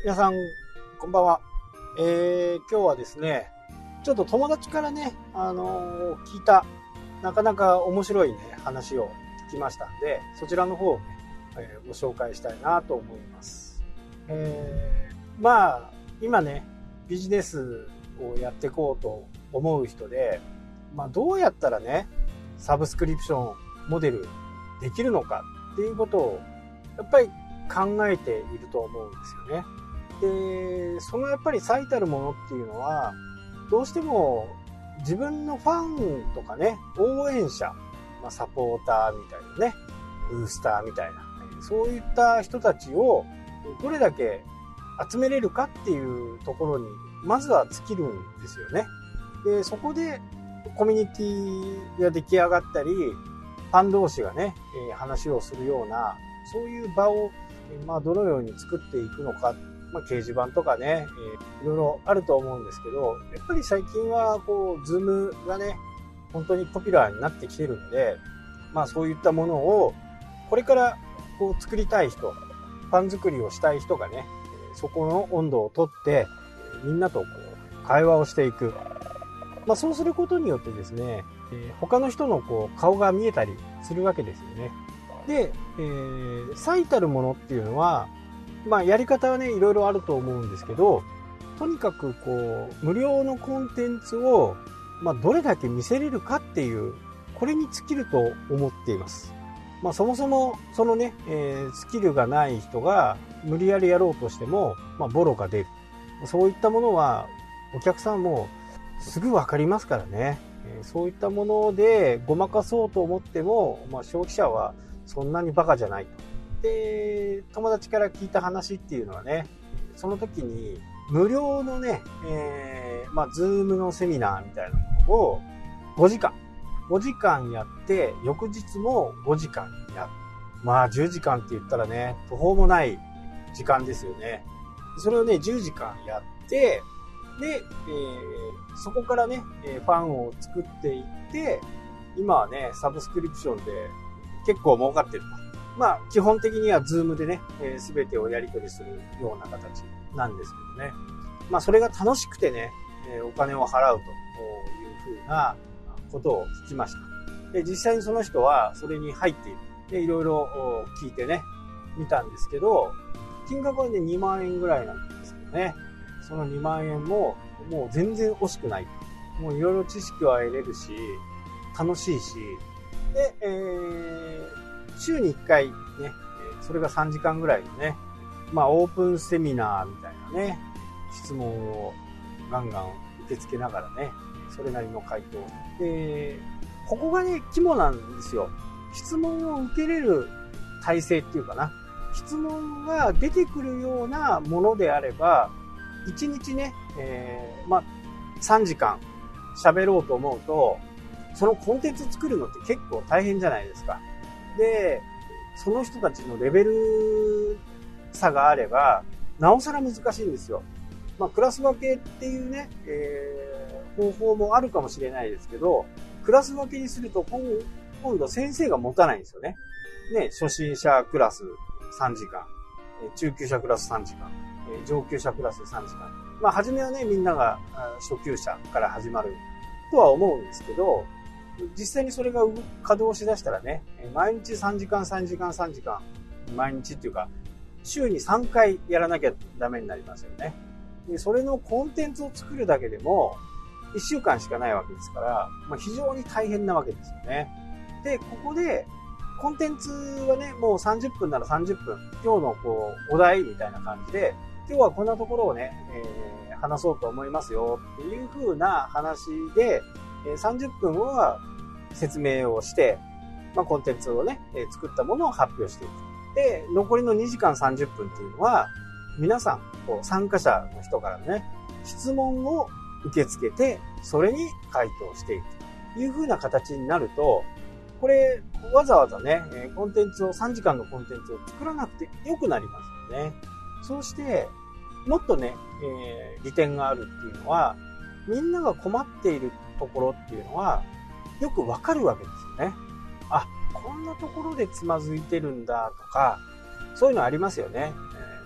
皆さんこんばんは。今日はですね、ちょっと友達からね、聞いたなかなか面白いね話を聞きましたんで、そちらの方をね、ご紹介したいなと思います。まあ今ねビジネスをやっていこうと思う人で、どうやったらねサブスクリプションモデルできるのかっていうことをやっぱり考えていると思うんですよね。で、そのやっぱり最たるものっていうのは、どうしても自分のファンとかね、応援者、サポーターみたいなね、ブースターみたいな、そういった人たちをどれだけ集めれるかっていうところにまずは尽きるんですよね。で、そこでコミュニティが出来上がったり、ファン同士がね、話をするような、そういう場をどのように作っていくのか、掲示板とかね、いろいろあると思うんですけど、やっぱり最近はこうズームがね本当にポピュラーになってきてるんで、そういったものをこれからこう作りたい人、ファン作りをしたい人がね、そこの温度をとってみんなとこう会話をしていく、そうすることによってですね、他の人のこう顔が見えたりするわけですよね。で、最たるものっていうのは、やり方はねいろいろあると思うんですけど、とにかくこう無料のコンテンツをどれだけ見せれるかっていう、これに尽きると思っています。そもそもそのね、スキルがない人が無理やりやろうとしても、ボロが出る、そういったものはお客さんもすぐ分かりますからね。そういったものでごまかそうと思っても、消費者はそんなにバカじゃないと。で、友達から聞いた話っていうのはね、その時に無料のね、ズームのセミナーみたいなものを5時間やって、翌日も5時間やる。10時間って言ったらね、途方もない時間ですよね。それをね、10時間やって、で、そこからね、ファンを作っていって、今はね、サブスクリプションで結構儲かってると。基本的にはズームでね、全てをやり取りするような形なんですけどね。それが楽しくてね、お金を払うというふうなことを聞きました。で、実際にその人はそれに入っている。で、いろいろ聞いてね、見たんですけど、金額はね、2万円ぐらいなんですけどね。その2万円ももう全然惜しくない。もういろいろ知識は得れるし、楽しいし、で、週に1回ね、それが3時間ぐらいのね、オープンセミナーみたいなね、質問をガンガン受け付けながらね、それなりの回答。で、ここがね、肝なんですよ。質問を受けれる体制っていうかな。質問が出てくるようなものであれば、1日ね、3時間喋ろうと思うと、そのコンテンツ作るのって結構大変じゃないですか。で、その人たちのレベル差があれば、なおさら難しいんですよ。クラス分けっていうね、方法もあるかもしれないですけど、クラス分けにすると今度先生が持たないんですよね。初心者クラス3時間、中級者クラス3時間、上級者クラス3時間。初めはね、みんなが初級者から始まるとは思うんですけど、実際にそれが稼働しだしたらね、毎日3時間、毎日っていうか、週に3回やらなきゃダメになりますよね。で、それのコンテンツを作るだけでも、1週間しかないわけですから、非常に大変なわけですよね。で、ここで、コンテンツはね、もう30分なら30分、今日のこう、お題みたいな感じで、今日はこんなところをね、話そうと思いますよっていう風な話で、30分は説明をして、コンテンツをね、作ったものを発表していく。で、残りの2時間30分っていうのは、皆さん、参加者の人からね、質問を受け付けて、それに回答していくという風な形になると、これ、わざわざね、コンテンツを、3時間のコンテンツを作らなくてよくなりますよね。そうして、もっとね、利点があるっていうのは、みんなが困っているところっていうのは、よくわかるわけですよね。こんなところでつまずいてるんだとか、そういうのありますよね。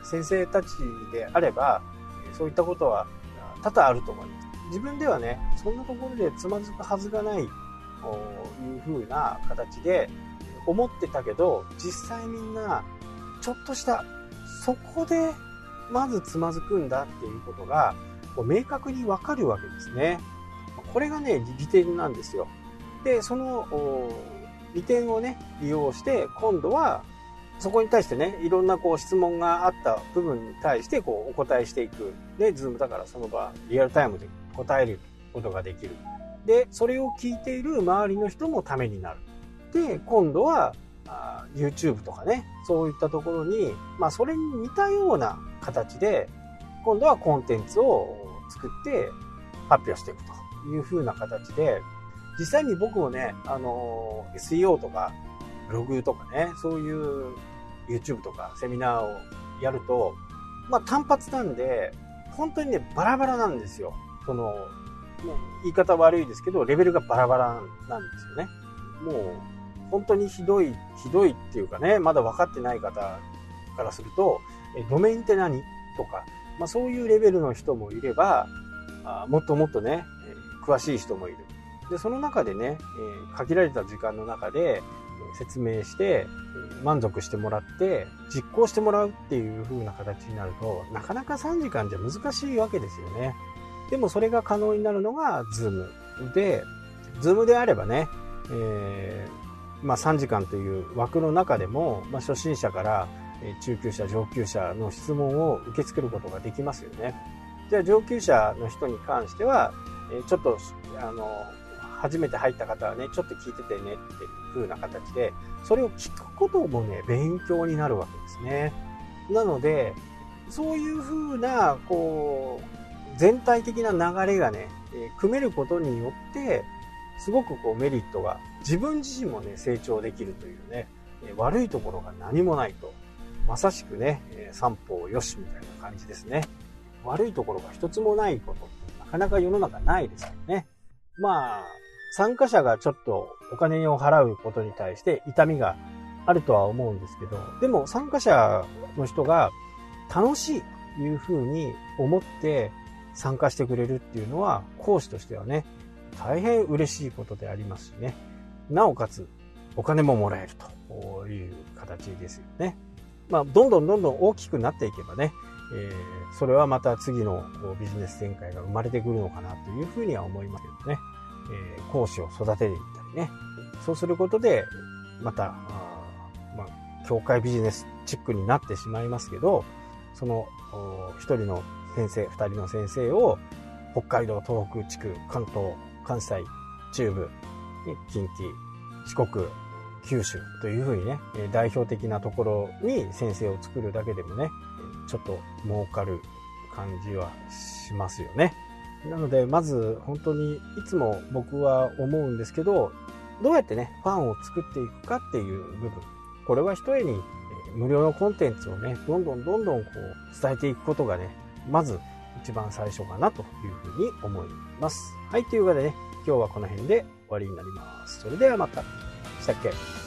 先生たちであれば、そういったことは多々あると思います。自分ではね、そんなところでつまずくはずがないという風な形で思ってたけど、実際みんなちょっとしたそこでまずつまずくんだっていうことが明確にわかるわけですね。これがね、利点なんですよ。で、その利点をね、利用して今度はそこに対してね、いろんな質問があった部分に対してお答えしていく。で、Zoom だからその場リアルタイムで答えることができる。で、それを聞いている周りの人もためになる。で、今度はYouTube とかね、そういったところに、それに似たような形で、今度はコンテンツを作って発表していくという風な形で、実際に僕もね、SEO とかブログとかね、そういう YouTube とかセミナーをやると、単発なんで、本当にね、バラバラなんですよ。もう言い方悪いですけど、レベルがバラバラなんですよね。もう、本当にひどいっていうかね、まだ分かってない方からすると、ドメインって何とか、そういうレベルの人もいれば、もっともっとね、詳しい人もいる。で、その中でね、限られた時間の中で説明して、満足してもらって、実行してもらうっていう風な形になると、なかなか3時間じゃ難しいわけですよね。でもそれが可能になるのが Zoom で、Zoom であればね、3時間という枠の中でも、初心者から中級者、上級者の質問を受け付けることができますよね。じゃあ上級者の人に関しては、ちょっと初めて入った方はね、ちょっと聞いててねっていう風な形で、それを聞くこともね、勉強になるわけですね。なので、そういう風な全体的な流れがね、組めることによって、すごくメリットが、自分自身もね、成長できるというね、悪いところが何もないと。まさしくね、三方よしみたいな感じですね。悪いところが一つもないこと、なかなか世の中ないですよね。参加者がちょっとお金を払うことに対して痛みがあるとは思うんですけど、でも参加者の人が楽しいというふうに思って参加してくれるっていうのは、講師としてはね、大変嬉しいことでありますしね。なおかつお金ももらえるという形ですよね。どんどん大きくなっていけばね、それはまた次のビジネス展開が生まれてくるのかなというふうには思いますけどね。講師を育てていったりね。そうすることで、また、教会ビジネスチックになってしまいますけど、その一人の先生、二人の先生を北海道、東北地区、関東、関西、中部、近畿、四国、九州というふうにね、代表的なところに先生を作るだけでもね、ちょっと儲かる感じはしますよね。なので、まず本当にいつも僕は思うんですけど、どうやってね、ファンを作っていくかっていう部分。これは一重に無料のコンテンツをね、どんどん伝えていくことがね、まず一番最初かなというふうに思います。はい、というわけでね、今日はこの辺で終わりになります。それではまた。したっけ？